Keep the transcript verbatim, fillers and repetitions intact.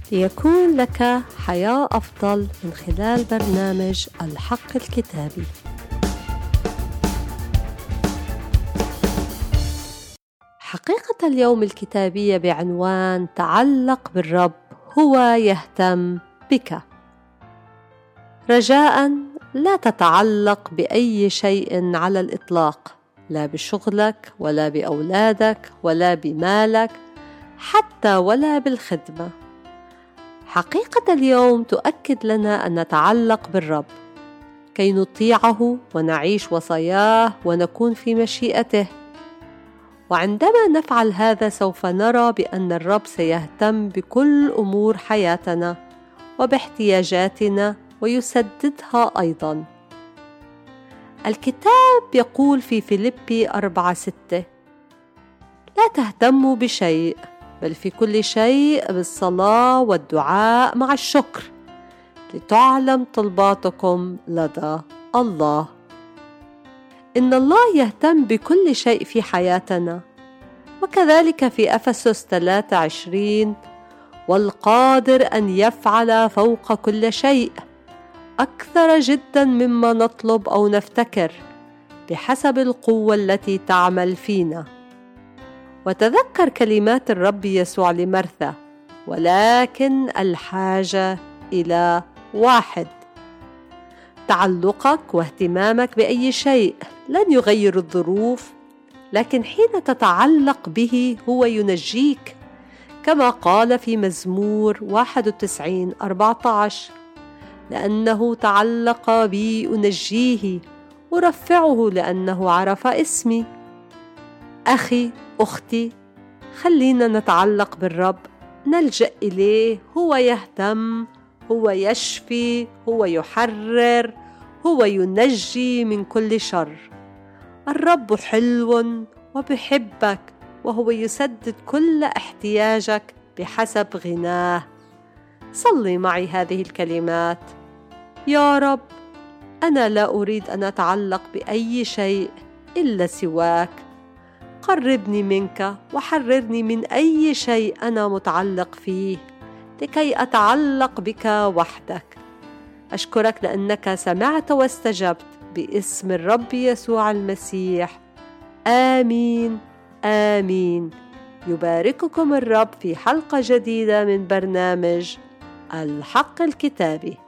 ليكون لك حياة أفضل من خلال برنامج الحق الكتابي. حقيقة اليوم الكتابية بعنوان تعلق بالرب هو يهتم بك. رجاءً لا تتعلق بأي شيء على الإطلاق، لا بشغلك ولا بأولادك ولا بمالك، حتى ولا بالخدمة. حقيقة اليوم تؤكد لنا أن نتعلق بالرب كي نطيعه ونعيش وصاياه ونكون في مشيئته. وعندما نفعل هذا سوف نرى بأن الرب سيهتم بكل أمور حياتنا وباحتياجاتنا ويسددها أيضاً. الكتاب يقول في فيليبي أربعة ستة: لا تهتموا بشيء، بل في كل شيء بالصلاة والدعاء مع الشكر لتعلم طلباتكم لدى الله. إن الله يهتم بكل شيء في حياتنا، وكذلك في أفسس ثلاثة عشرين: والقادر أن يفعل فوق كل شيء أكثر جدا مما نطلب أو نفتكر بحسب القوة التي تعمل فينا. وتذكر كلمات الرب يسوع لمرثا: ولكن الحاجة إلى واحد. تعلقك واهتمامك بأي شيء لن يغير الظروف، لكن حين تتعلق به هو ينجيك، كما قال في مزمور واحد وتسعين أربعة عشر: لأنه تعلق بي أنجيه، أرفعه لأنه عرف اسمي. أخي، أختي، خلينا نتعلق بالرب، نلجأ إليه. هو يهتم، هو يشفي، هو يحرر، هو ينجي من كل شر. الرب حلو وبحبك، وهو يسدد كل احتياجك بحسب غناه. صلي معي هذه الكلمات: يا رب، أنا لا أريد أن أتعلق بأي شيء إلا سواك. قربني منك وحررني من أي شيء أنا متعلق فيه، لكي أتعلق بك وحدك. أشكرك لأنك سمعت واستجبت، باسم الرب يسوع المسيح، آمين آمين. يبارككم الرب في حلقة جديدة من برنامج الحق الكتابي.